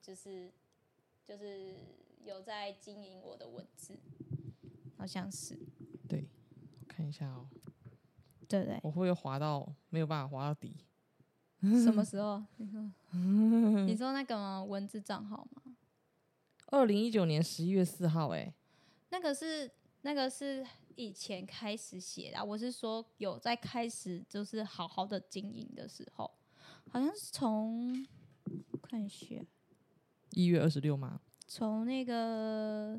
就是有在经营我的文字，好像是。 对，我看一下哦。 对对， 我会不会滑到没有办法滑到底？ 什么时候？你说那个吗？文字账号吗 2019年11月4号， 那个是以前开始写的，我是说有在开始就是好好的经营的时候，好像是从看一下 1月26吗？ 从那个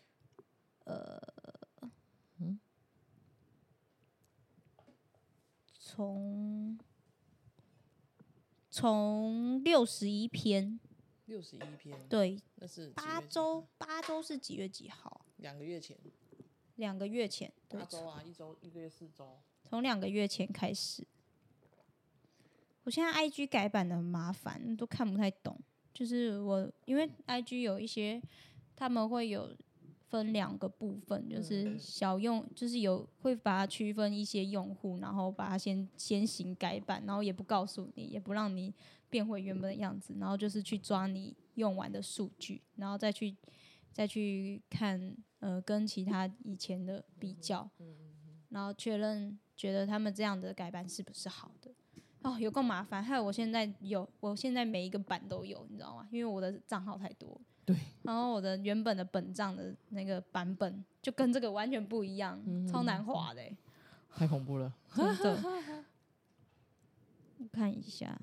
从61篇 ，61篇， 对， 那是 8周是几月几号 ？2个月前 ？2个月前，对 ，8周啊，1个月4周， 从2个月前开始。我现在 IG 改版的很麻烦，都看不太懂。就是因为 IG 有一些他们会有分2个部分，就是小用，就是会把它区分一些用户，然后把它先行改版，然后也不告诉你，也不让你变回原本的样子，然后就是去抓你用完的数据，然后再去看跟其他以前的比较，然后确认觉得他们这样的改版是不是好的。哦，有够麻烦，还有我现在每一个版都有，你知道吗？因为我的账号太多， 对， 然后我的原本的本账的那个版本就跟这个完全不一样，超难滑的， 太恐怖了， 真的。我看一下，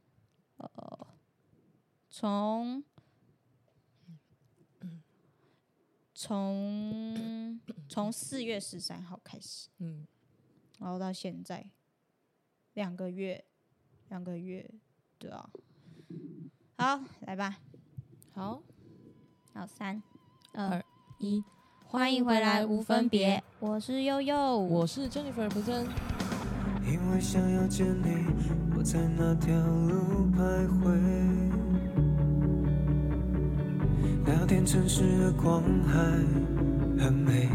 从4月13号开始，然后到现在2个月，对啊。好，来吧。 好 ，3、2、 1， 欢迎回来，无分别。我是悠悠， 我是 Jennifer 朴真。 因为想要见你，我在那条路徘徊，聊天城市的光海很美，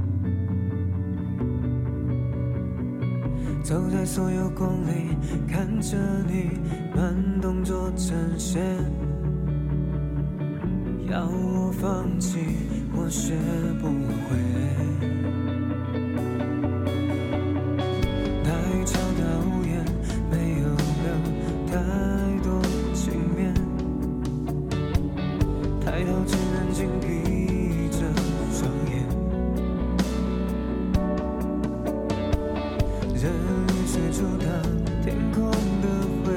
走在所有光里，看着你慢动作呈现，要我放弃，我学不会。太长的屋檐没有留太多情面，抬头只能紧闭着双眼，任雨水阻挡天空的灰。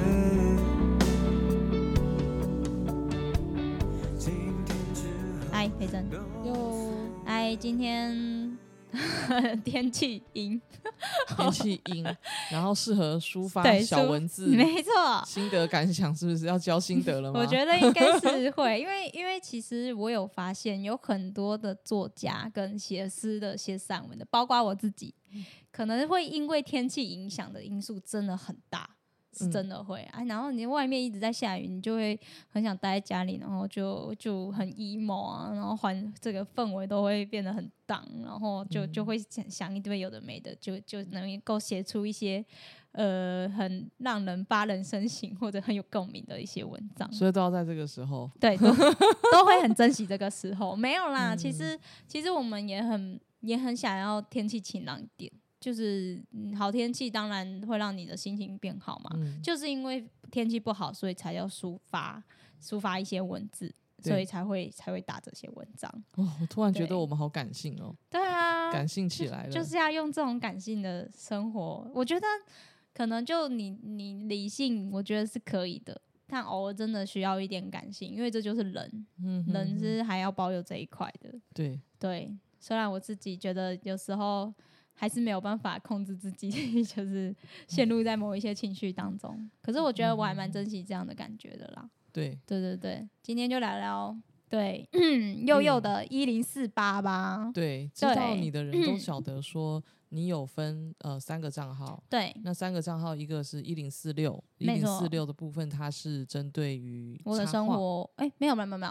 今天之后， 嗨，培珍，嗨，今天天气阴， 然后适合抒发对小文字， 没错。 心得感想是不是要教心得了吗？ 我觉得应该是会，因为其实我有发现，有很多的作家跟写诗的、写散文的，包括我自己，可能会因为天气影响的因素真的很大。是真的会啊，然后你外面一直在下雨，你就会很想待在家里，然后就很 emo 啊，然后这个氛围都会变得很 down， 然后就会想一堆有的没的，就能够写出一些很让人发人深省或者很有共鸣的一些文章， 所以都要在这个时候， 对，都会很珍惜这个时候。没有啦，其实我们也很想要天气晴朗一点。就是好天气当然会让你的心情变好嘛，就是因为天气不好，所以才要抒发一些文字，所以才会打这些文章。 我突然觉得我们好感性哦。 对啊， 感性起来了， 就是要用这种感性的生活。我觉得可能就你理性，我觉得是可以的，但偶尔真的需要一点感性，因为这就是人，人是还要保有这一块的。对，虽然我自己觉得有时候还是没有办法控制自己，就是陷入在某一些情绪当中。可是我觉得我还蛮珍惜这样的感觉的啦。对，今天就聊聊佑佑的1048吧。 对，知道你的人都晓得说你有分3个账号， 对， 那3个账号一个是1046的部分，它是针对于我的生活，没有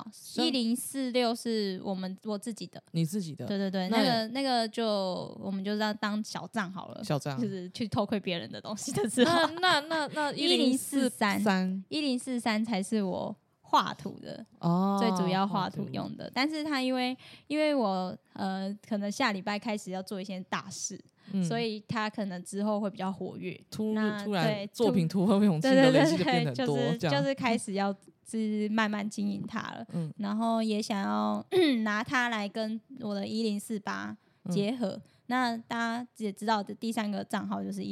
，1046是我自己的， 你自己的， 对，那个就我们就当小账好了， 小账就是去偷窥别人的东西的时候， 那1043才是我画图的，最主要画图用的。但是他因为我可能下礼拜开始要做一些大事，所以他可能之后会比较活跃。突然作品突飞猛进的累积就变得很多， 就是开始要是慢慢经营它了。然后也想要拿它来跟我的1048结合。那大家也知道的第3个账号就是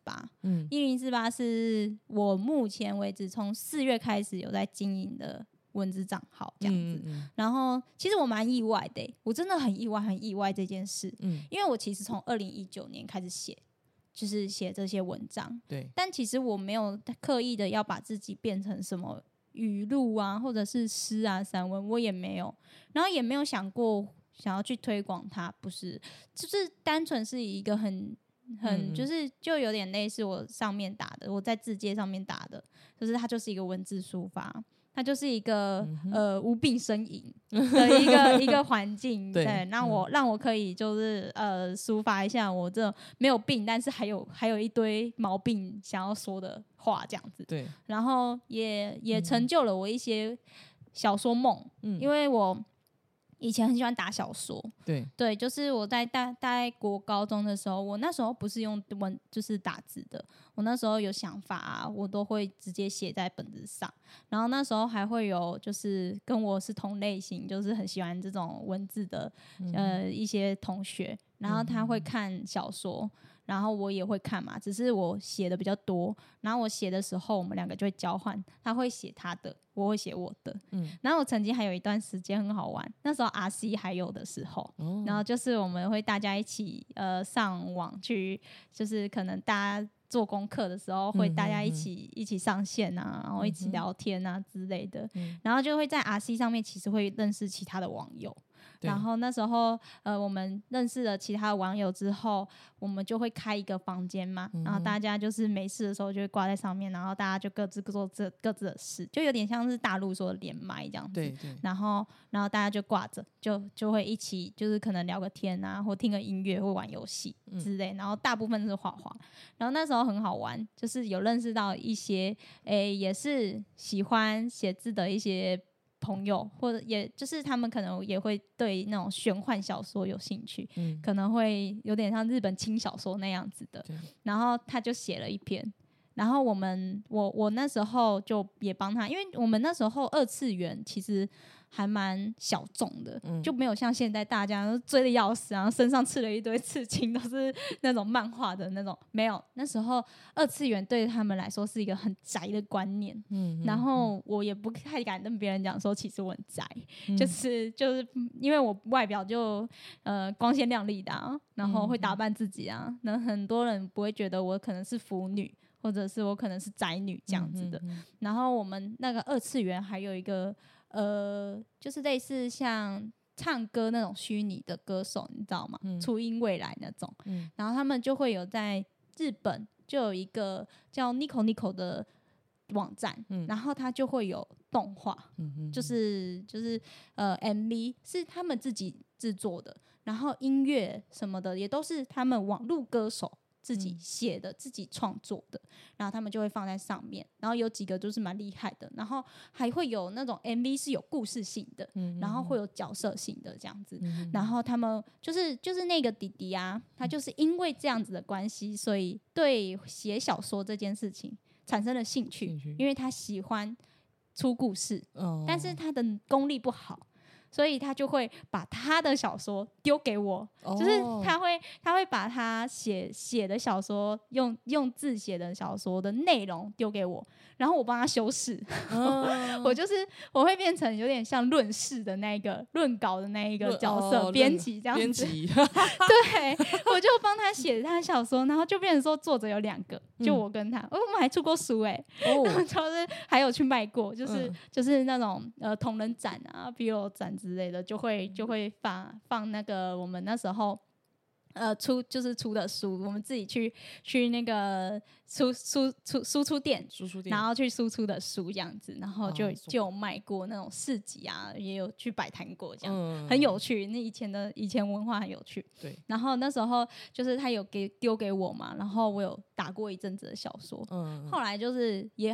1048，1048是我目前为止从4月开始有在经营的文字账号这样子。然后其实我蛮意外的，我真的很意外这件事。因为我其实从2019年开始写，就是写这些文章， 对， 但其实我没有刻意的要把自己变成什么语录啊，或者是诗啊、散文，我也没有，然后也没有想过想要去推广它，不是，就是单纯是一个很就有点类似我上面打的，我在字界上面打的，就是它就是一个文字抒发，它就是一个无病呻吟的一个环境，对，让我可以就是抒发一下我这没有病，但是还有一堆毛病想要说的话这样子，对，然后也成就了我一些小说梦，因为我以前很喜欢打小说，对，就是我在大概国高中的时候，我那时候不是用就是打字的，我那时候有想法啊，我都会直接写在本子上，然后那时候还会有就是跟我是同类型，就是很喜欢这种文字的一些同学，然后他会看小说，然后我也会看嘛，只是我写的比较多，然后我写的时候我们2个就会交换，他会写他的，我会写我的，然后我曾经还有一段时间很好玩，那时候 RC 还有的时候，然后就是我们会大家一起上网去，就是可能大家做功课的时候会大家一起上线啊，然后一起聊天啊之类的，然后就会在 RC 上面其实会认识其他的网友，然后那时候我们认识了其他的网友之后，我们就会开一个房间嘛，然后大家就是没事的时候就会挂在上面，然后大家就各自做各自的事，就有点像是大陆说的连麦这样子，对，然后大家就挂着就会一起就是可能聊个天啊，或听个音乐或玩游戏之类，然后大部分是画画，然后那时候很好玩，就是有认识到一些也是喜欢写字的一些朋友，或者也就是他们可能也会对那种玄幻小说有兴趣，可能会有点像日本轻小说那样子的，然后他就写了一篇，然后我那时候就也帮他，因为我们那时候2次元其实还蛮小众的，就没有像现在大家都追得要死，然后身上刺了一堆刺青，都是那种漫画的那种，没有，那时候2次元对他们来说是一个很宅的观念，然后我也不太敢跟别人讲说其实我很宅，就是因为我外表就光鲜亮丽的啊，然后会打扮自己啊，那很多人不会觉得我可能是腐女，或者是我可能是宅女这样子的，然后我们那个2次元还有一个就是类似像唱歌那种虚拟的歌手，你知道吗？初音未来那种，然后他们就会有在日本就有一个叫 Nico Nico 的网站，然后它就会有动画，就是 MV 是他们自己制作的，然后音乐什么的也都是他们网路歌手自己写的，自己创作的，然后他们就会放在上面，然后有几个就是蛮厉害的，然后还会有那种 MV 是有故事性的，然后会有角色性的这样子，然后他们就是那个弟弟啊，他就是因为这样子的关系，所以对写小说这件事情产生了兴趣，因为他喜欢出故事，但是他的功力不好，所以他就会把他的小说丢给我，就是他会把他写的小说用字写的小说的内容丢给我，然后我帮他修饰，我会变成有点像论事的那个论稿的那一个角色，编辑这样子，对，我就帮他写他的小说，然后就变成说作者有2个，就我跟他，我们还出过书就是还有去卖过，就是那种同人展啊、BL 展之类的，就会放那个我们那时候出的书，我们自己去那个输出店，然后去输出的书这样子，然后就有卖过那种市集啊，也有去摆摊过，这样很有趣。那以前文化很有趣。对。然后那时候就是他有丢给我嘛，然后我有打过一阵子的小说，后来就是也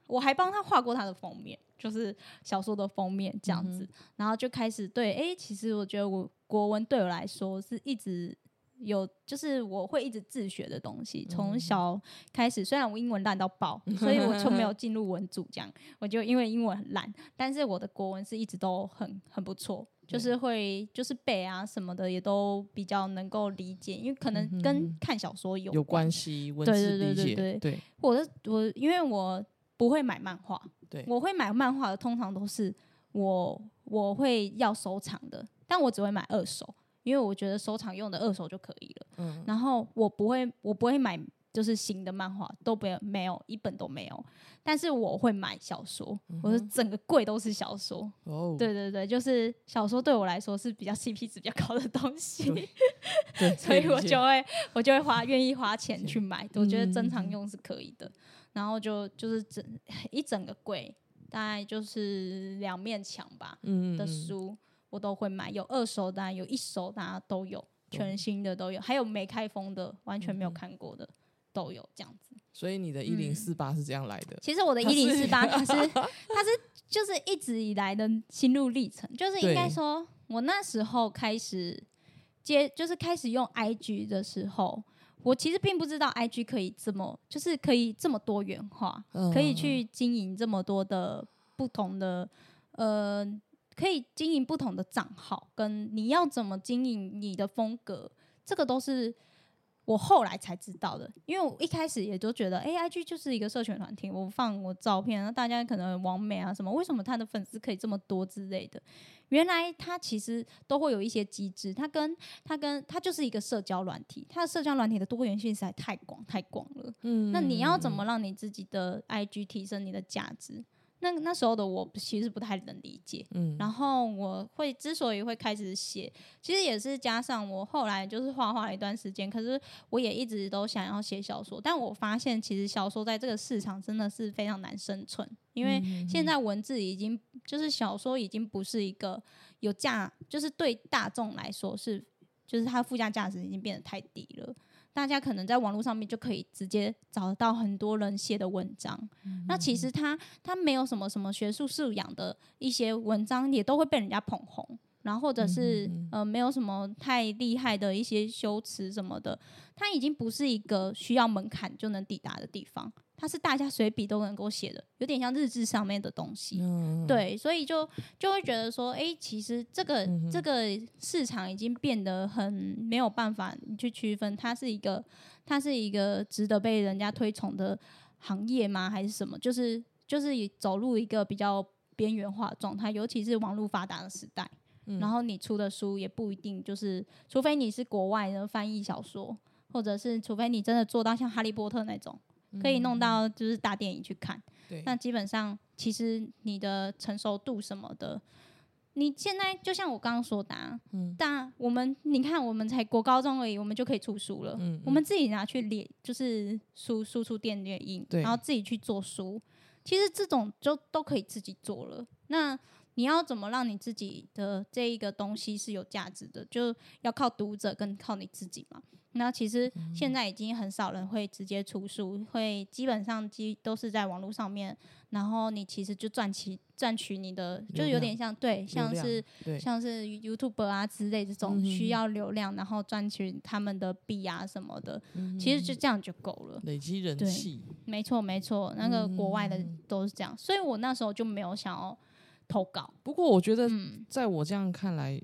我还帮他画过他的封面，就是小说的封面这样子，然后就开始对，其实我觉得我国文对我来说是一直有，就是我会一直自学的东西，从小开始。虽然我英文烂到爆，所以我就没有进入文组这样，我就因为英文很烂，但是我的国文是一直都很不错。就是会就是背啊什么的也都比较能够理解，因为可能跟看小说有关系，文字理解。对， 我因为我不会买漫画， 对， 我会买漫画的通常都是我会要收藏的，但我只会买二手，因为我觉得收藏用的二手就可以了。然后我不会买就是新的漫画，都没有一本都没有。但是我会买小说，我的整个柜都是小说。对对对，就是小说对我来说是比较 CP 值比较高的东西， 对， 所以我就会愿意花钱去买。我觉得珍藏用是可以的。然后就是一整个柜，大概就是2面墙吧的书，我都会买，有二手的有一手的都有，全新的都有，还有没开封的，完全没有看过的都有这样子。 所以你的1048是这样来的？ 其实我的1048它是就是一直以来的心路历程，就是应该说我那时候开始就是开始用 IG 的时候，我其实并不知道 IG 可以可以这么多元化，可以去经营这么多的不同的可以经营不同的账号，跟你要怎么经营你的风格，这个都是我后来才知道的。因为我一开始也都觉得IG 就是一个社群团体，我放我照片，然后大家可能网美啊什么，为什么他的粉丝可以这么多之类的，原来他其实都会有一些机制，他就是一个社交软体，他的社交软体的多元性实在太广了。那你要怎么让你自己的 IG 提升你的价值？那时候的我其实不太能理解，然后我之所以会开始写，其实也是加上我后来就是画了一段时间，可是我也一直都想要写小说，但我发现其实小说在这个市场真的是非常难生存，因为现在文字已经就是小说已经不是一个有价，就是对大众来说就是它附加价值已经变得太低了。大家可能在网络上面就可以直接找得到很多人写的文章，那其实他没有什么学术素养的一些文章也都会被人家捧红，然后或者是没有什么太厉害的一些修辞什么的，它已经不是一个需要门槛就能抵达的地方，它是大家随笔都能够写的，有点像日志上面的东西。对，所以就会觉得说其实这个市场已经变得很没有办法去区分它是一个值得被人家推崇的行业吗还是什么，就是走入一个比较边缘化的状态，尤其是网络发达的时代。然后你出的书也不一定就是除非你是国外的翻译小说，或者是除非你真的做到像哈利波特那种可以弄到就是大电影去看，那基本上其实你的成熟度什么的，你现在就像我刚刚说的但你看我们才国高中而已，我们就可以出书了，我们自己拿去就是输出电列印，然后自己去做书，其实这种就都可以自己做了。那你要怎么让你自己的这一个东西是有价值的，就要靠读者跟靠你自己嘛。那其实现在已经很少人会直接出书，会基本上都是在网络上面，然后你其实就赚取你的，就有点像像是 YouTuber 啊之类这种需要流量，然后赚取他们的币啊什么的，其实就这样就够了， 累积人气。 没错，那个国外的都是这样，所以我那时候就没有想要投稿。 不过我觉得在我这样看来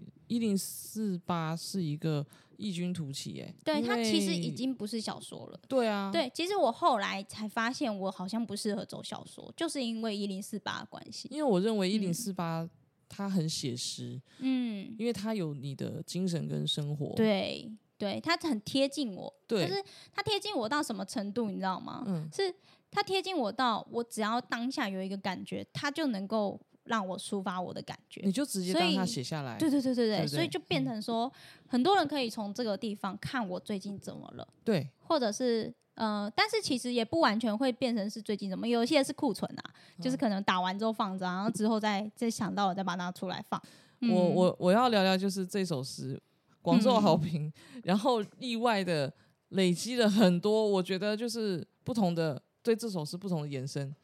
，1048是一个异军突起对，它其实已经不是小说了。 对啊， 对，其实我后来才发现我好像不适合走小说，就是因为1048的关系。 因为我认为1048它很写实，因为它有你的精神跟生活。 对，它很贴近我。 对， 就是它贴近我到什么程度，你知道吗？是它贴近我到我只要当下有一个感觉，它就能够让我抒发我的感觉， 你就直接当它写下来。 对，所以就变成说，很多人可以从这个地方看我最近怎么了。对，或者是但是其实也不完全会变成是最近怎么，有些是库存啊，就是可能打完之后放着，然后之后再想到了再把它拿出来放。 我要聊聊就是这首诗广受好评，然后意外的累积了很多，我觉得就是不同的对这首诗不同的延伸。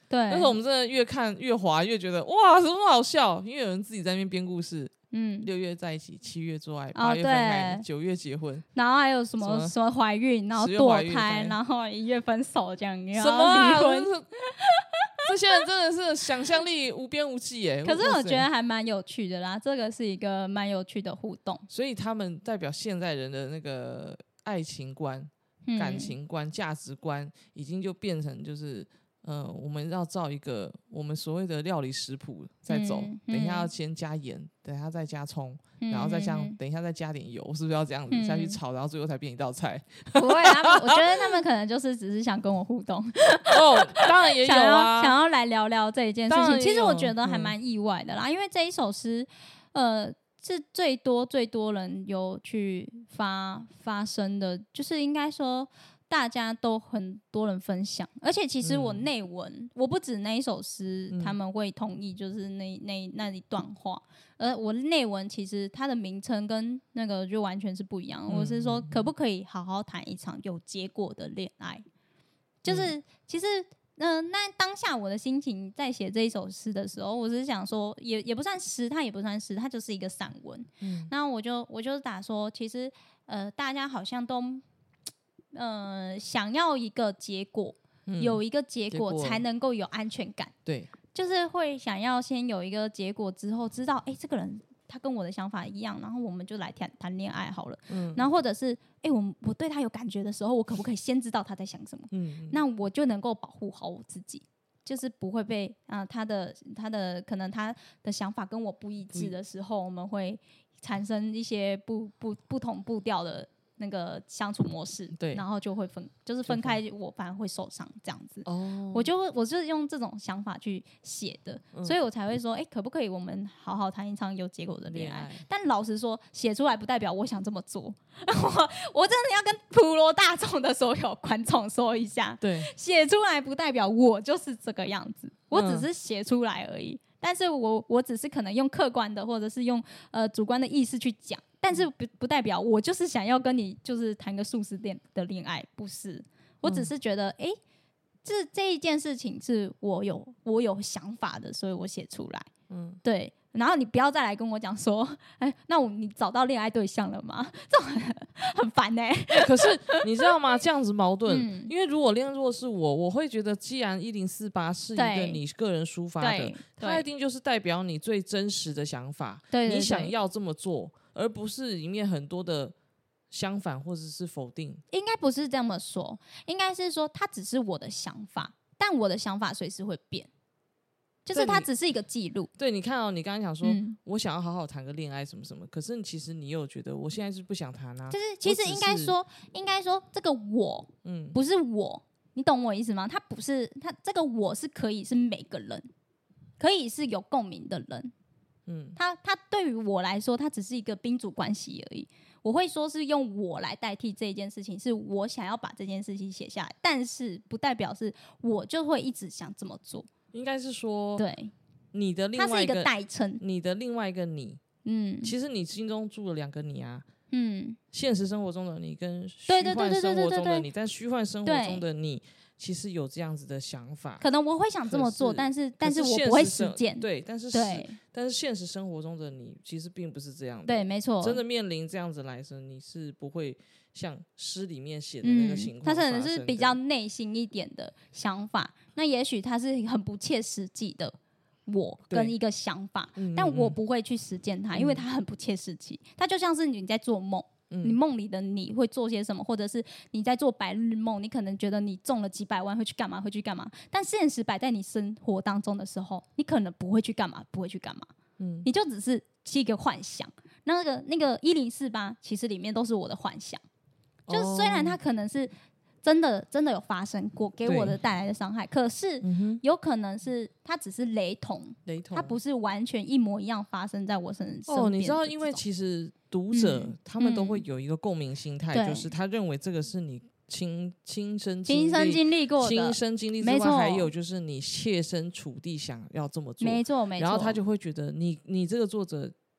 对， 但是我们真的越看越滑，越觉得哇，怎么好笑？因为有人自己在那边编故事。6月在一起，7月做爱，8月分开，9月结婚， 然后还有什么怀孕，然后堕胎，然后1月分手这样， 什么啊？离婚。这些人真的是想象力无边无际耶。 可是我觉得还蛮有趣的啦，这个是一个蛮有趣的互动。 所以他们代表现在人的那个爱情观、感情观、价值观，已经就变成就是我们要照一个我们所谓的料理食谱在走，等一下要先加盐，等一下再加葱，然后再等一下再加点油，是不是要这样子下去炒，然后最后才变一道菜？ 不会，我觉得他们可能就是只是想跟我互动。 当然也有啊， 想要来聊聊这一件事情。其实我觉得还蛮意外的啦，因为这一首诗，是最多人有去发声的，就是应该说。大家都很多人分享，而且其实我内文，我不止那一首诗，他们会同意，就是那一段话，我内文其实它的名称跟那个就完全是不一样。我是说，可不可以好好谈一场有结果的恋爱？就是其实，那当下我的心情在写这一首诗的时候，我是想说，也不算诗，它也不算诗，它就是一个散文。那我就打说，其实大家好像都。想要一个结果，有一个结果才能够有安全感。对，就是会想要先有一个结果之后，知道这个人他跟我的想法一样，然后我们就来谈恋爱好了。然后或者是我对他有感觉的时候，我可不可以先知道他在想什么？那我就能够保护好我自己，就是不会被他的可能他的想法跟我不一致的时候，我们会产生一些不同步调的。那个相处模式，对，然后就会分开，我反而会受伤这样子。我就是用这种想法去写的，所以我才会说，可不可以我们好好谈一场有结果的恋爱？但老实说，写出来不代表我想这么做。我真的要跟普罗大众的所有观众说一下，对，写出来不代表我就是这个样子，我只是写出来而已。但是我只是可能用客观的或者是用主观的意识去讲，但是不代表我就是想要跟你就是谈个速食店的恋爱，不是，我只是觉得这一件事情是我有想法的，所以我写出来，对。然后你不要再来跟我讲说，那你找到恋爱对象了吗？这种很烦可是你知道吗？这样子矛盾，因为如果是我会觉得，既然1048是一个你个人抒发的，它一定就是代表你最真实的想法，你想要这么做，而不是里面很多的相反或者是否定。 应该不是这么说，应该是说它只是我的想法，但我的想法随时会变。就是它只是一个记录。 对，你看你刚刚讲说，我想要好好谈个恋爱什么什么，可是其实你又觉得我现在是不想谈啊。 就是其实应该说这个我，不是我，你懂我意思吗？它不是它这个我是可以是每个人，可以是有共鸣的人。它对于我来说，它只是一个宾主关系而已。我会说是用我来代替这件事情，是我想要把这件事情写下来，但是不代表是我就会一直想这么做。 应该是说， 对， 你的另外一个， 它是一个代称， 你的另外一个你，其实你心中住了2个你啊，现实生活中的你跟虚幻生活中的你，但虚幻生活中的你其实有这样子的想法， 可能我会想这么做，但是我不会实践， 对，但是现实生活中的你其实并不是这样的， 对，没错， 真的面临这样子来生，你是不会像诗里面写的那个情况发生的， 它可能是比较内心一点的想法，那也许它是很不切实际的我跟一个想法，但我不会去实践它，因为它很不切实际，它就像是你在做梦。你梦里的你会做些什么，或者是你在做白日梦，你可能觉得你中了几百万会去干嘛，但现实摆在你生活当中的时候，你可能不会去干嘛，你就只是一个幻想。那个1048其实里面都是我的幻想，就是虽然它可能是真的有发生过，给我的带来的伤害，可是有可能是它只是雷同，它不是完全一模一样发生在我身边。 你知道，因为其实读者他们都会有一个共鸣心态，就是他认为这个是你亲身经历过的，亲身经历之外，还有就是你切身处地想要这么做， 没错。 然后他就会觉得你这个作者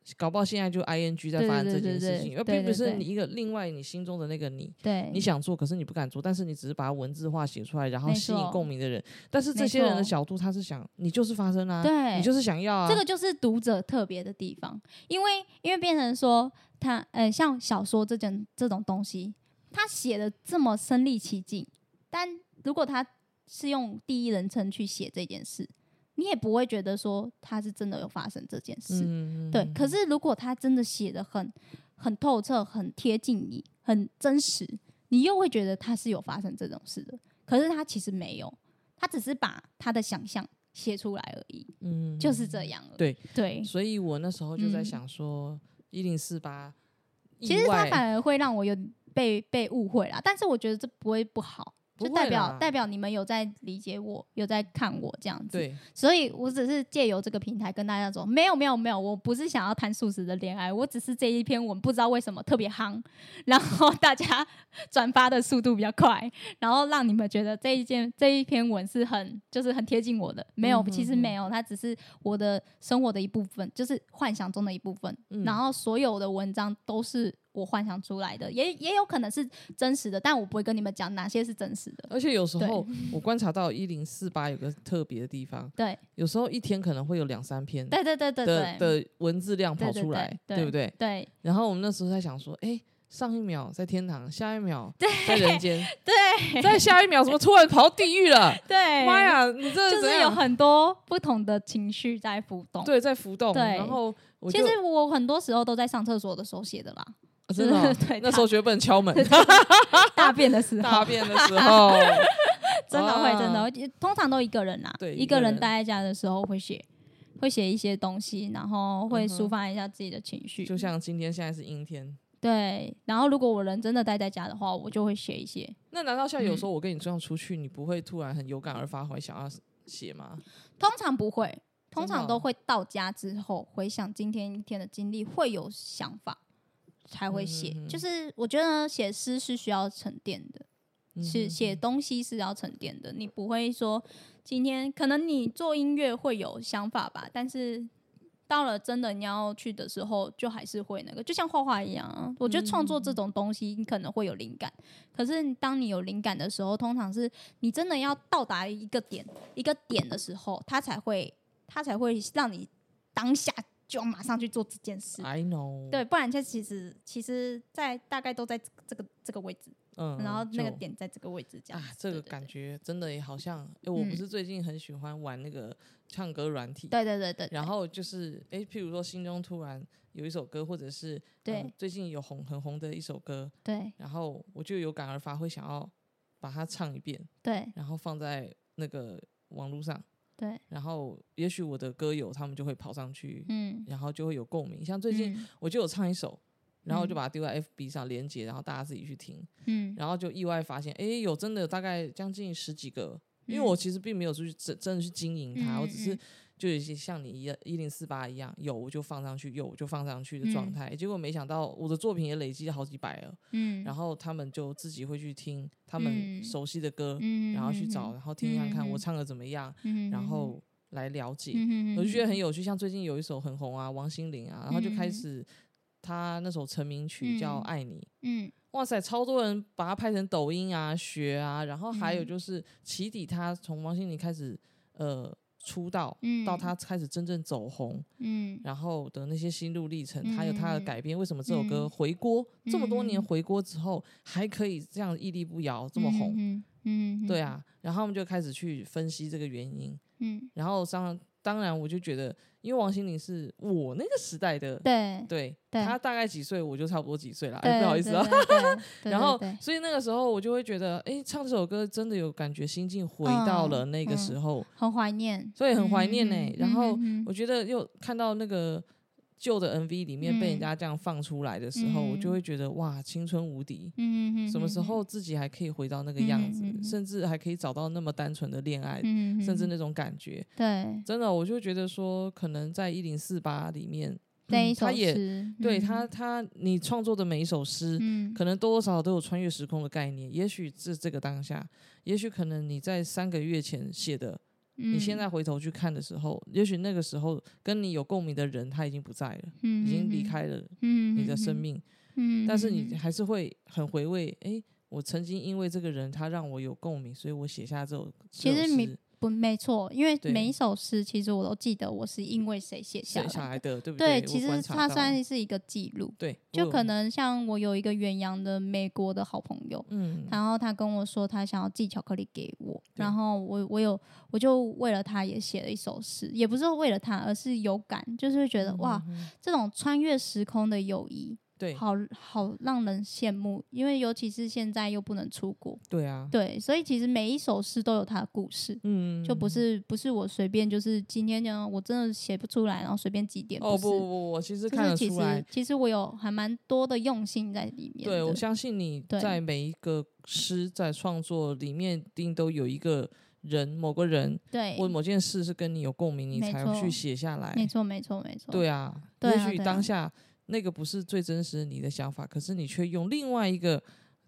搞不好现在就 ing 在发生这件事情，而并不是你一个另外你心中的那个你想做可是你不敢做，但是你只是把它文字化写出来，然后吸引共鸣的人。但是这些人的角度，他是想你就是发生啊， 对， 你就是想要啊， 这个就是读者特别的地方，因为变成说他像小说这种东西，他写的这么身临其境，但如果他是用第一人称去写这件事，你也不会觉得说他是真的有发生这件事，对。可是如果他真的写的很透彻、很贴近你、很真实，你又会觉得他是有发生这种事的。可是他其实没有，他只是把他的想象写出来而已，就是这样了。对， 所以我那时候就在想说，1048， 其实他反而会让我有被误会啦，但是我觉得这不会不好。就代表你们有在理解我，有在看我这样子， 对， 所以我只是借由这个平台跟大家说，没有，我不是想要谈速食的恋爱，我只是这一篇文不知道为什么特别夯，然后大家转发的速度比较快，然后让你们觉得这一篇文是就是很贴近我的，没有，其实没有，它只是我的生活的一部分，就是幻想中的一部分，然后所有的文章都是我幻想出来的，也有可能是真实的，但我不会跟你们讲哪些是真实的。 而且有时候我观察到1048有个特别的地方， 对， 有时候一天可能会有2-3篇， 对的文字量跑出来，对不对？ 对。 然后我们那时候在想说，上一秒在天堂，下一秒在人间， 对， 在下一秒怎么突然跑到地狱了？ 对， 妈呀，你这就是有很多不同的情绪在浮动， 对，在浮动。 对， 然后其实我很多时候都在上厕所的时候写的啦。 真的、哦， 对， 那时候绝对不能敲门。 大便的时候，真的会，真的，通常都一个人啦。 对， 一个人待在家的时候会写一些东西，然后会抒发一下自己的情绪。 就像今天现在是阴天， 对。然后如果我人真的待在家的话，我就会写一些。 那难道像有时候我跟你这样出去，你不会突然很有感而发，会想要写吗？ 通常不会，通常都会到家之后回想今天一天的经历，会有想法。才会写，就是我觉得写诗是需要沉淀的，写东西是要沉淀的。你不会说今天可能你做音乐会有想法吧，但是到了真的你要去的时候，就还是会那个，就像画画一样啊。我觉得创作这种东西，你可能会有灵感，可是当你有灵感的时候，通常是你真的要到达一个点的时候，它才会让你当下就要马上去做这件事。 I know， 对，不然就其实在大概都在这个位置，然后那个点在这个位置这样。 这个感觉真的也好像，我不是最近很喜欢玩那个唱歌软体， 对， 然后就是譬如说心中突然有一首歌，或者是最近有很红的一首歌， 对， 然后我就有感而发，会想要把它唱一遍， 对， 然后放在那个网络上。 对， 然后也许我的歌友他们就会跑上去，然后就会有共鸣。像最近我就有唱一首，然后就把它丢在 FB 上连结，然后大家自己去听，然后就意外发现，有真的大概将近10几个，因为我其实并没有出去真的去经营它，我只是就有些像你1048一样，有我就放上去，有我就放上去的状态。结果没想到我的作品也累积了好几百了，然后他们就自己会去听他们熟悉的歌，然后去找，然后听看看我唱的怎么样，然后来了解，我就觉得很有趣。像最近有一首很红啊，王心凌啊，然后就开始他那首成名曲叫《爱你》，哇塞，超多人把它拍成抖音啊学啊，然后还有就是起底他从王心凌开始出道，到他开始真正走红，然后的那些心路历程，还有他的改编，为什么这首歌回锅，这么多年回锅之后还可以这样屹立不摇这么红，对啊，然后他们就开始去分析这个原因，然后当然我就觉得，因为王心凌是我那个时代的，对，她大概几岁我就差不多几岁了，不好意思啊。然后所以那个时候我就会觉得，唱这首歌真的有感觉，心境回到了那个时候， 很怀念， 所以很怀念欸。然后我觉得又看到那个旧的 MV 里面被人家这样放出来的时候，我就会觉得哇，青春无敌，什么时候自己还可以回到那个样子，甚至还可以找到那么单纯的恋爱，甚至那种感觉， 对， 真的我就觉得说，可能在1048里面那一首诗， 他也对他你创作的每一首诗，可能多多少少都有穿越时空的概念，也许是这个当下，也许可能你在3个月前写的你现在回头去看的时候，也许那个时候跟你有共鸣的人他已经不在了，已经离开了你的生命，但是你还是会很回味，我曾经因为这个人他让我有共鸣，所以我写下这首诗。 其实没错，因为每一首诗其实我都记得我是因为谁写下来的，对不对？对，其实它算是一个记录。 对， 就可能像我有一个远洋的美国的好朋友，然后他跟我说他想要寄巧克力给我，然后我就为了他也写了一首诗，也不是为了他，而是有感，就是会觉得哇，这种穿越时空的友谊。 对， 好让人羡慕，因为尤其是现在又不能出国。 对啊， 对，所以其实每一首诗都有它的故事，就不是我随便就是今天讲我真的写不出来，然后随便几点。 不，我其实看得出来， 其实我有还蛮多的用心在里面。 对，我相信你在每一个诗在创作里面，一定都有一个人，某个人， 对， 或某件事是跟你有共鸣，你才去写下来。 没错。 对啊，也许当下。那个不是最真实的你的想法，可是你却用另外一个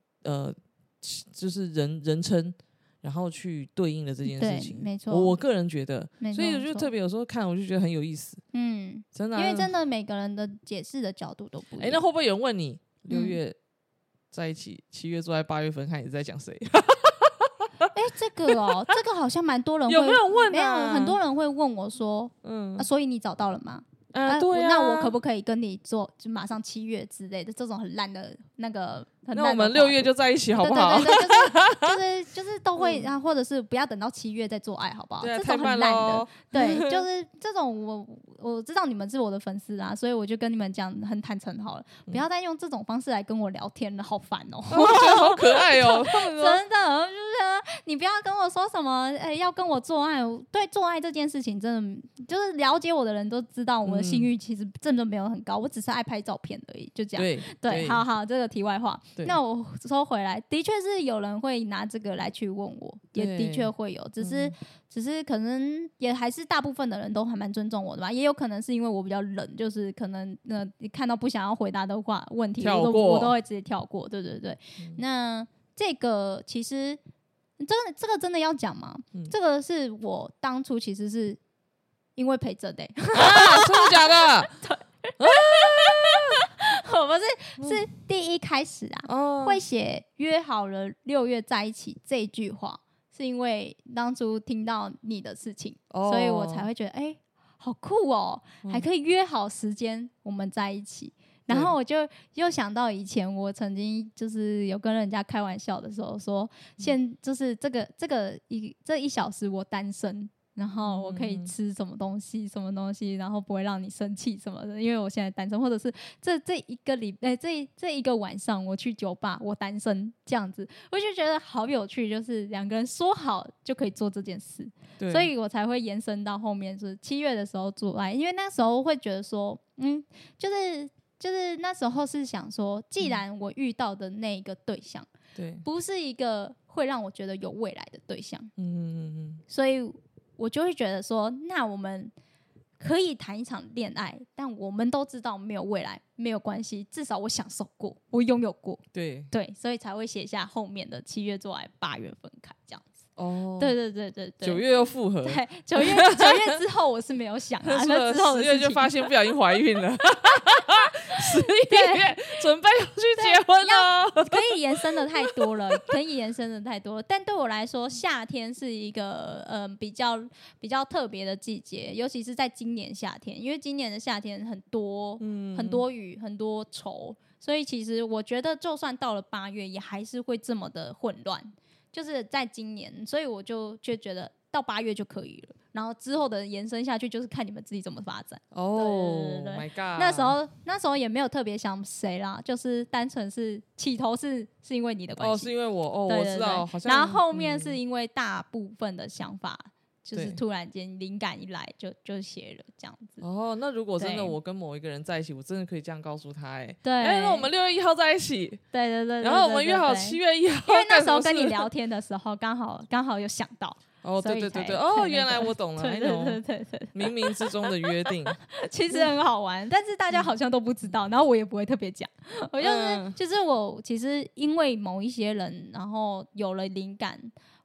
就是人称，然后去对应的这件事情。 没错， 我个人觉得，所以我就特别有时候看，我就觉得很有意思。真的， 因为真的每个人的解释的角度都不一样。 那会不会有人问你6月在一起，7月做爱8月分开，你在讲谁？ 这个好像蛮多人会有没有问啊？ 没有，很多人会问我说，所以你找到了吗？ 对啊， 那我可不可以跟你做，就马上7月之类的这种很烂的那个？ 那我们6月就在一起好不好？ 对，就是都会啊，或者是不要等到7月再做爱，好不好？这种很烂的，对，就是这种我知道你们是我的粉丝啊，所以我就跟你们讲很坦诚好了，不要再用这种方式来跟我聊天了，好烦哦！ 我觉得好可爱哦， 真的就是你不要跟我说什么要跟我做爱，对做爱这件事情真的就是了解我的人都知道，我的性欲其实真的没有很高，我只是爱拍照片而已，就这样。对，好，这个题外话。那我说回来，的确是有人会拿这个来去问我，也的确会有，只是可能也还是大部分的人都还蛮尊重我的吧，也有可能是因为我比较冷，就是可能看到不想要回答的问题，我都会直接跳过。对，那这个其实这个真的要讲吗？这个是我当初其实是因为陪着的真的假的？ 我不是第一开始会写约好了6月在一起这句话，是因为当初听到你的事情，所以我才会觉得好酷哦，还可以约好时间我们在一起。然后我就又想到以前我曾经就是有跟人家开玩笑的时候说，就是这1小时我单身，然后我可以吃什么东西，然后不会让你生气什么的，因为我现在单身，或者是这一个晚上我去酒吧我单身这样子，我就觉得好有趣，就是2个人说好就可以做这件事，所以我才会延伸到后面是7月的时候做爱，因为那时候会觉得说就是那时候是想说，既然我遇到的那个对象不是一个会让我觉得有未来的对象，所以我就会觉得说，那我们可以谈一场恋爱，但我们都知道没有未来没有关系，至少我享受过，我拥有过，对，所以才会写下后面的7月做爱8月分开这样子。对 9月又复合， 对，9月之后我是没有想啊，那之后 10月就发现不小心怀孕了，11月准备要去结婚了， 可以延伸的太多了，但对我来说，夏天是一个比较特别的季节，尤其是在今年夏天，因为今年的夏天很多雨，很多愁，所以其实我觉得，就算到了8月，也还是会这么的混乱。就是在今年，所以我就觉得到8月就可以了，然后之后的延伸下去就是看你们自己怎么发展。 对 ，My God！ 那时候也没有特别想谁啦，就是单纯是起头是因为你的关系， 是因为我我知道，好像然后后面是因为大部分的想法。就是突然间灵感一来就写了这样子。 那如果真的我跟某一个人在一起，我真的可以这样告诉他对， 那我们6月1号在一起， 对， 然后我们约好7月1号， 因为那时候跟你聊天的时候，刚好有想到。 对，原来我懂了， 对， 冥冥之中的约定， 其实很好玩，但是大家好像都不知道，然后我也不会特别讲，我就是我其实因为某一些人，然后有了灵感。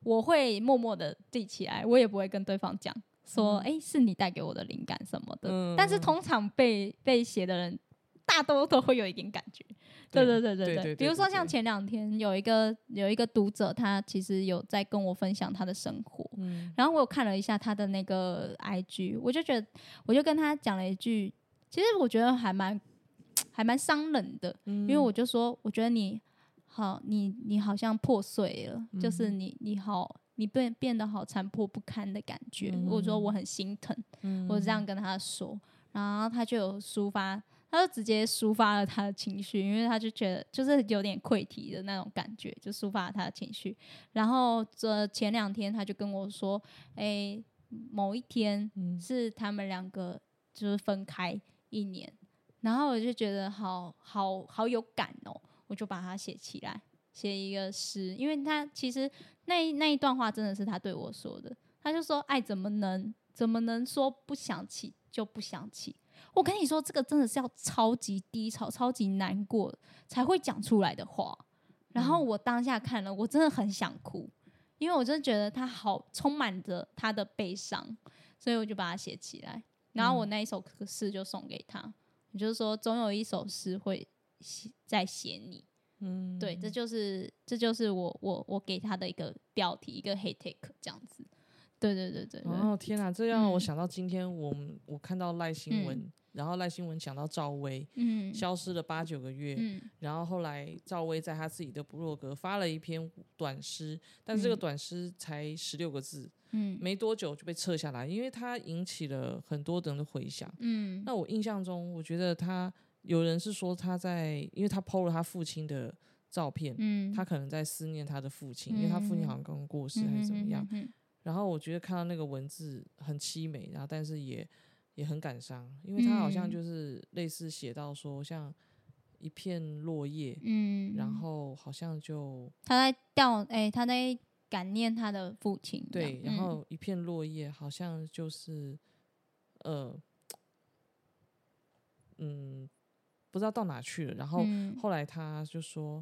我会默默的记起来，我也不会跟对方讲说是你带给我的灵感什么的，但是通常被写的人大多都会有一点感觉。对，比如说像前2天有一个读者，他其实有在跟我分享他的生活，然后我有看了一下他的那个 IG， 我就跟他讲了一句，其实我觉得还蛮伤人的，因为我就说我觉得你好像破碎了，就是你变得好残破不堪的感觉，我说我很心疼，我这样跟他说，然后他就有抒发，他就直接抒发了他的情绪，因为他就觉得就是有点溃堤的那种感觉，就抒发了他的情绪。然后前2天他就跟我说，某一天是他们2个就是分开1年，然后我就觉得好有感哦，我就把它写起来，写一个诗，因为他其实那一段话真的是他对我说的，他就说爱怎么能说不想起就不想起。我跟你说，这个真的是要超级低潮、超级难过才会讲出来的话。然后我当下看了，我真的很想哭，因为我真的觉得他好充满着他的悲伤，所以我就把它写起来。然后我那一首诗就送给他，也就是说，总有一首诗会在写你。对，这就是我给他的一个标题，一个 hate take 这样子。对。 哦天哪，这让我想到今天我看到赖新闻，然后赖新闻讲到赵薇，消失了8、9个月，然后后来赵薇在她自己的部落格发了一篇短诗，但是这个短诗才16个字，没多久就被撤下来，因为它引起了很多人的回响。那我印象中，我觉得有人是说因为他 po 了他父亲的照片，他可能在思念他的父亲，因为他父亲好像刚过世还是怎么样。然后我觉得看到那个文字很凄美，然后但是也很感伤，因为他好像就是类似写到说像一片落叶，然后好像就他在感念他的父亲， 对，然后一片落叶好像就是不知道到哪去了，然后后来他就说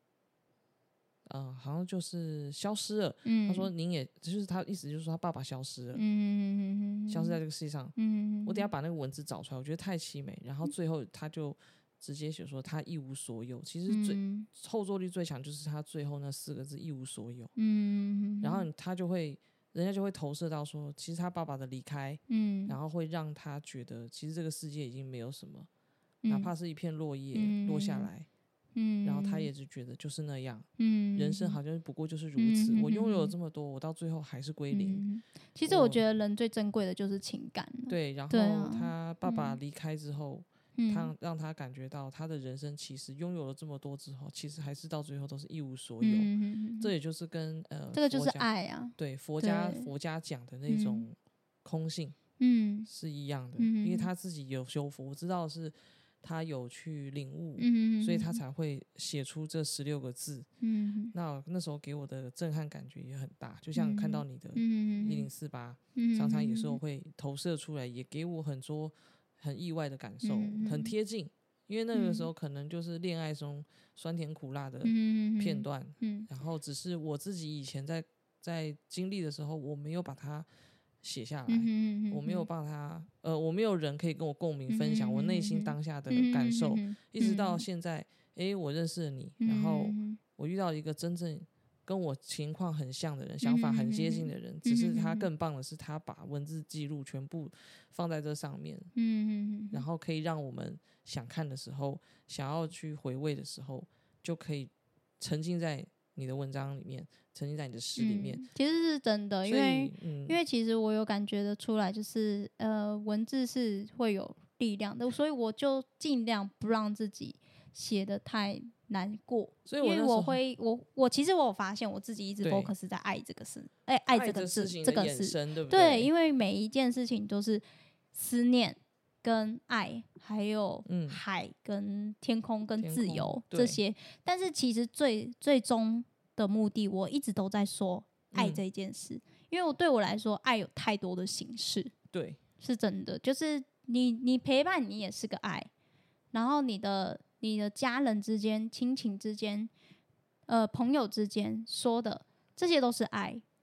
好像就是消失了。他说您也就是他意思就是说他爸爸消失了，消失在这个世界上。我等一下把那个文字找出来，我觉得太凄美。然后最后他就直接写说他一无所有，其实后坐力最强就是他最后那4个字一无所有。然后人家就会投射到说，其实他爸爸的离开，然后会让他觉得其实这个世界已经没有什么，哪怕是一片落叶落下来。然后他也只觉得就是那样，人生好像不过就是如此。我拥有了这么多，我到最后还是归零。 其实我觉得人最珍贵的就是情感。 对，然后他爸爸离开之后，他让他感觉到他的人生其实拥有了这么多之后，其实还是到最后都是一无所有。这也就是跟这个就是爱啊， 对佛家讲的那种空性是一样的。因为他自己有修佛，我知道是他有去领悟，所以他才会写出这16个字。那时候给我的震撼感觉也很大，就像看到你的1048，常常有时候会投射出来，也给我很多很意外的感受，很贴近。因为那个时候可能就是恋爱中酸甜苦辣的片段，然后只是我自己以前在经历的时候，我没有把它写下来，我没有帮他我没有人可以跟我共鸣分享我内心当下的感受，一直到现在我认识了你，然后我遇到一个真正跟我情况很像的人，想法很接近的人，只是他更棒的是他把文字记录全部放在这上面，然后可以让我们想看的时候，想要去回味的时候，就可以沉浸在你的文章里面，沉浸在你的诗里面。 其实是真的，因为其实我有感觉得出来，就是文字是会有力量的，所以我就尽量不让自己写得太难过。 所以因为我其实我有发现我自己一直 focus 在爱这个事，爱这个字，这个事， 对不对？因为每一件事情都是思念跟爱，还有海跟天空跟自由这些，但是其实最终的目的，我一直都在说爱这件事，因为对我来说，爱有太多的形式， 对， 是真的，就是你陪伴你也是个爱，然后你的家人之间、亲情之间、朋友之间说的这些都是爱，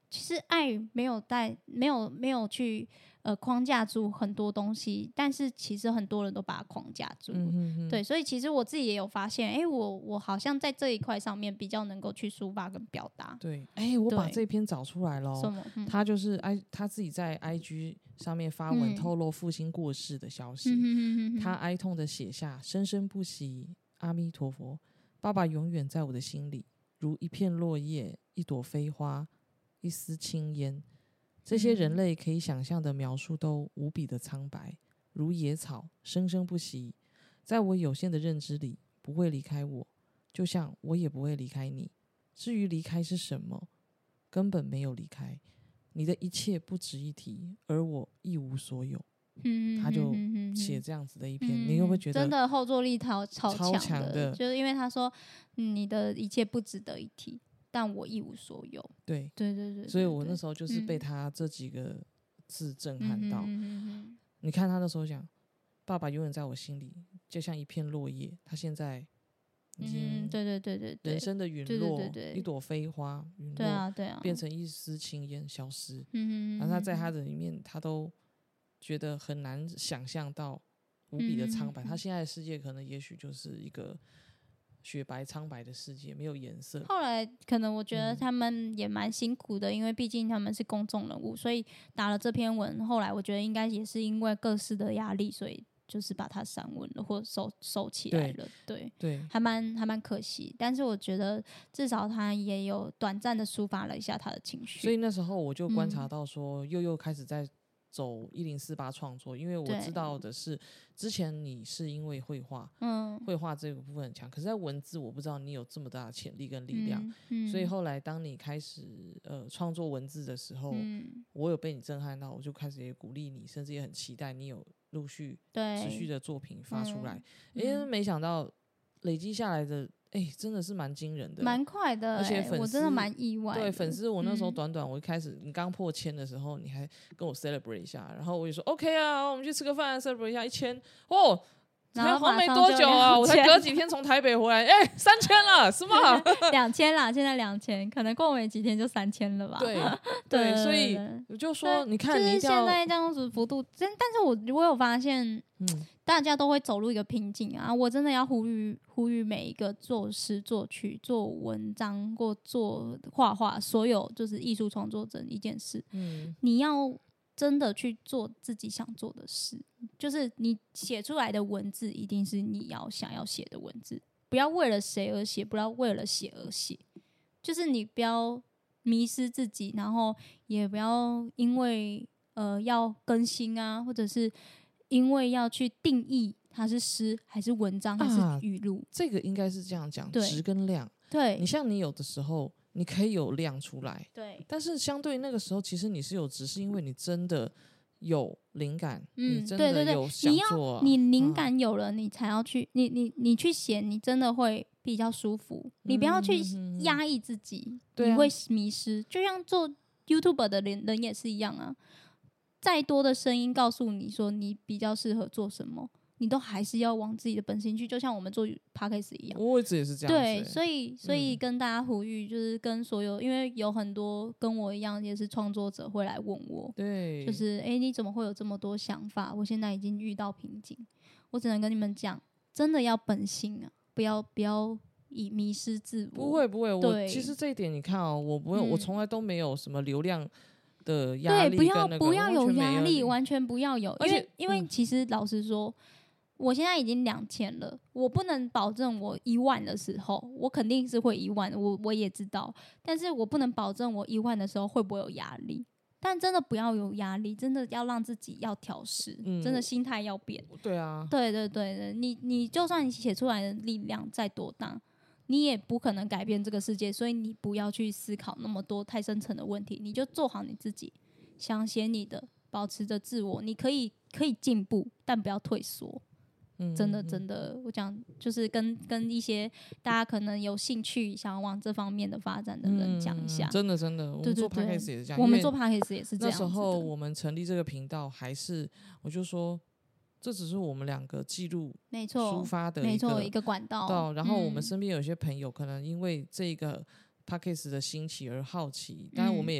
其实爱没有去框架住很多东西，但是其实很多人都把它框架住。对，所以其实我自己也有发现，我好像在这一块上面比较能够去抒发跟表达。 对，我把这篇找出来了， 什么？ 他就是他自己在 IG 上面发文透露父亲过世的消息，他哀痛的写下：生生不息，阿弥陀佛，爸爸永远在我的心里，如一片落叶，一朵飞花，一丝青烟。这些人类可以想象的描述都无比的苍白，如野草，生生不息，在我有限的认知里不会离开我，就像我也不会离开你。至于离开是什么，根本没有离开，你的一切不值一提，而我一无所有。他就写这样子的一篇，你会不会觉得真的后坐力超强的？ 就是因为他说，你的一切不值得一提，但我一无所有。 对，所以我那时候就是被他这几个字震撼到。你看他那时候讲，爸爸永远在我心里，就像一片落叶，他现在已经对， 人生的陨落，一朵飞花陨落， 对啊， 变成一丝青烟消失。然后他在他的里面，他都觉得很难想象到无比的苍白。他现在的世界可能也许就是一个雪白苍白的世界，没有颜色。 后来可能我觉得他们也蛮辛苦的，因为毕竟他们是公众人物，所以打了这篇文，后来我觉得应该也是因为各式的压力，所以就是把它删文了或收起来了。对，还蛮可惜。但是我觉得至少他也有短暂的抒发了一下他的情绪。 所以那时候我就观察到说，又开始在走1048创作，因为我知道的是，之前你是因为绘画，绘画这个部分很强，可是在文字我不知道你有这么大的潜力跟力量，所以后来当你开始创作文字的时候，我有被你震撼到，我就开始也鼓励你，甚至也很期待你有陆续持续的作品发出来。没想到累积下来的真的是蛮惊人的， 蛮快的， 而且我真的蛮意外的。 对粉丝，我那时候短我一开始你刚破1000的时候，你还跟我 celebrate 一下，然后我就说 OK 啊，我们去吃个饭 celebrate 一下1000哦。才好没多久啊，我才隔几天从台北回来，3000了是吗 ？2000啦，现在2000，可能过没几天就3000了吧？ 对，所以我就说，你看， 就是你现在这样子幅度，但是我有发现，大家都会走入一个瓶颈啊。我真的要呼吁每一个作诗、作曲、做文章或做画画，所有就是艺术创作者一件事，你要真的去做自己想做的事，就是你写出来的文字一定是你想要写的文字，不要为了谁而写，不要为了写而写，就是你不要迷失自己，然后也不要因为要更新啊，或者是因为要去定义它是诗还是文章还是语录， 这个应该是这样讲，质跟量。 对， 你像你有的时候你可以有量出来， 对， 但是相对那个时候其实你是有质，是因为你真的有灵感，你真的有想做， 你灵感有了，你才要去你去写，你真的会比较舒服，你不要去压抑自己，你会迷失。就像做 YouTuber 的人也是一样啊，再多的声音告诉你说你比较适合做什么，你都还是要往自己的本心去，就像我们做 Podcast 一样。 我一直也是这样子。 对，所以跟大家呼吁，就是跟所有，因为有很多跟我一样也是创作者会来问我， 对， 就是你怎么会有这么多想法？我现在已经遇到瓶颈，我只能跟你们讲，真的要本心啊，不要以迷失自我。 不会，我其实这一点你看哦，我不会，我从来都没有什么流量的压力， 对，不要有压力，完全不要有，因为其实老实说，我现在已经2000了，我不能保证我10000的时候，我肯定是会10000，我也知道，但是我不能保证我10000的时候会不会有压力。但真的不要有压力，真的要让自己要调试，真的心态要变。 对啊， 对，你就算你写出来的力量再多大，你也不可能改变这个世界，所以你不要去思考那么多太深层的问题，你就做好你自己，想写你的，保持着自我，你可以进步，但不要退缩。真的，我讲就是跟一些大家可能有兴趣想要往这方面的发展的人讲一下。 真的，我们做 Podcast 也是这样。 我们做 Podcast 也是这样。 那时候我们成立这个频道，还是我就说，这只是我们2个记录、抒发的一个管道。 然后我们身边有些朋友可能因为这个 Podcast 的兴起而好奇，当然我们也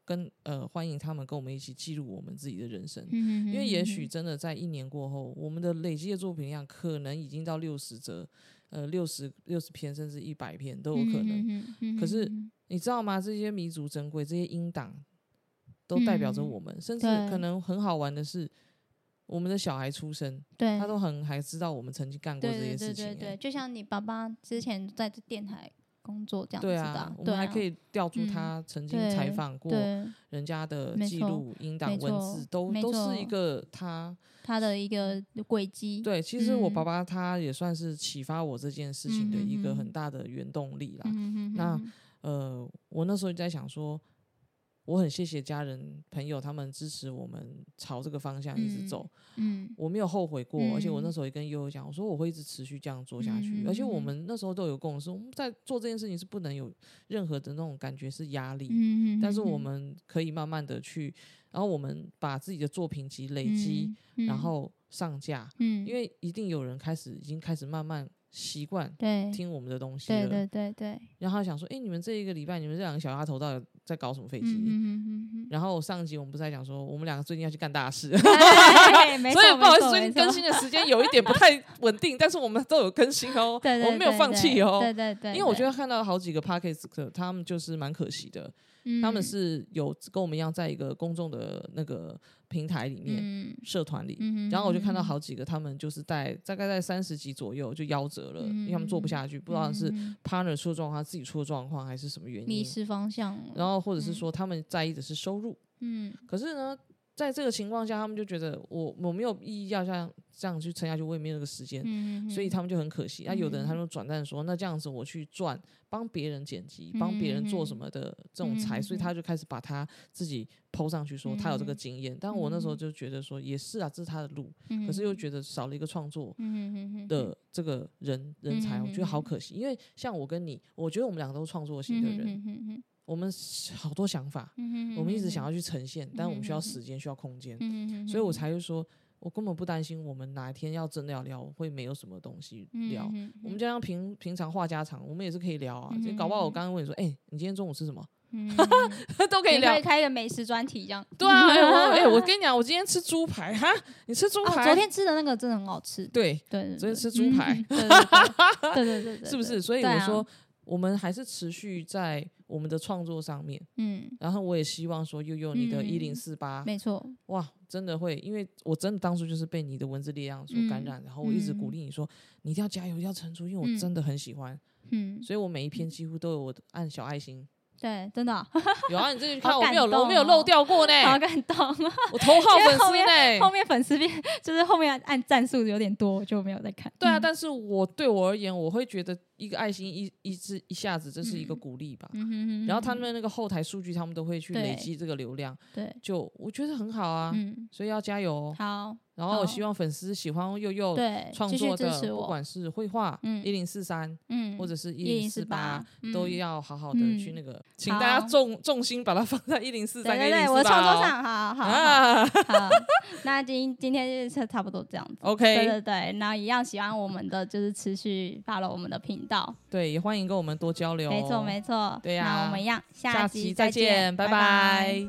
欢迎他们跟我们一起记录我们自己的人生，因为也许真的在1年过后，我们的累积的作品量可能已经到60篇甚至100篇都有可能。可是你知道吗？这些弥足珍贵，这些音档都代表着我们，甚至可能很好玩的是。我们的小孩出生，他都还知道我们曾经干过这些事情。 对，就像你爸爸之前在这电台工作这样子的。 对啊，我们还可以调出他曾经采访过人家的记录、音档、文字，都是一个他的一个轨迹。 对，其实我爸爸他也算是启发我这件事情的一个很大的原动力啦。那我那时候就在想说。我很谢谢家人朋友他们支持我们朝这个方向一直走，我没有后悔过，而且我那时候也跟悠悠讲，我说我会一直持续这样做下去，而且我们那时候都有共识，我们在做这件事情是不能有任何的那种感觉是压力，但是我们可以慢慢的去，然后我们把自己的作品集累积，然后上架，因为一定有人已经开始慢慢习惯听我们的东西了， 对。 然后他想说，你们这一个礼拜，你们这2个小丫头到底在搞什么飞机？然后上集我们不是在讲说，我们2个最近要去干大事，所以不好意思，最近更新的时间有一点不太稳定，但是我们都有更新哦，我们没有放弃哦， 对， 因为我觉得看到好几个 podcast 他们就是蛮可惜的。他们是有跟我们一样在一个公众的那个平台里面、社团里，然后我就看到好几个他们就是大概在30集左右就夭折了，因为他们做不下去，不知道是 partner 出的状况，自己出的状况，还是什么原因， 迷失方向， 然后或者是说他们在意的是收入，可是呢在这个情况下，他们就觉得我没有意义要这样去撑下去，我也没有那个时间，所以他们就很可惜。有的人他就转战说，那这样子我去赚，帮别人剪辑，帮别人做什么的这种财，所以他就开始把他自己 po 上去说他有这个经验。但我那时候就觉得说，也是啊，这是他的路，可是又觉得少了一个创作的这个人才，我觉得好可惜。因为像我跟你，我觉得我们2个都是创作型的人。我们好多想法，我们一直想要去呈现，但我们需要时间，需要空间，所以我才会说，我根本不担心我们哪一天要真的要聊会没有什么东西聊。我们就像平常话家常，我们也是可以聊啊。就搞不好我刚刚问你说，你今天中午吃什么？都可以聊， 可以开一个美食专题这样。 对啊，我跟你讲，我今天吃猪排哈，你吃猪排？ 昨天吃的那个真的很好吃。 对，昨天吃猪排， 对， 是不是？所以我说。我们还是持续在我们的创作上面，然后我也希望说，悠悠你的1048， 没错， 哇，真的会，因为我真的当初就是被你的文字力量所感染，然后我一直鼓励你说，你一定要加油，一定要撑出，因为我真的很喜欢，所以我每一篇几乎都有我按小爱心。 对，真的有啊！你这个看我没有漏掉过呢， 好感动我头号粉丝呢。 后面粉丝变就是后面按赞数有点多，我就没有在看。 对啊，但是对我而言，我会觉得一个爱心一下子这是一个鼓励吧。然后他们那个后台数据，他们都会去累积这个流量， 对， 就我觉得很好啊。所以要加油哦。 好。 然后我希望粉丝喜欢佑佑创作的，不管是绘画1043，或者是1048，都要好好的去那个，请大家重心把它放在1043跟1048。对， 我创作上，好。那今天就差不多这样子。 OK， 对，然后一样喜欢我们的，就是持续 follow 我们的频道。 对，也欢迎跟我们多交流。 没错。 对呀， 那我们一样，下期再见，拜拜。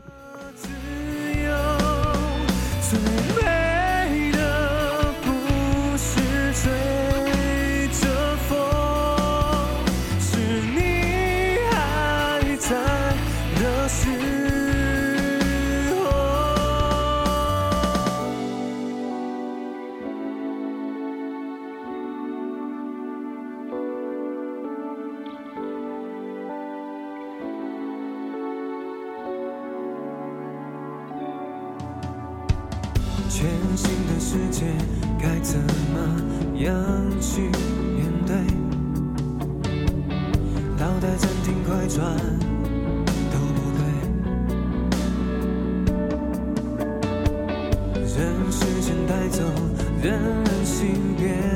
追着风，是你还在的时候。全新的世界该怎么样去面对？倒带暂停快转都不对，任时间带走，任人性变。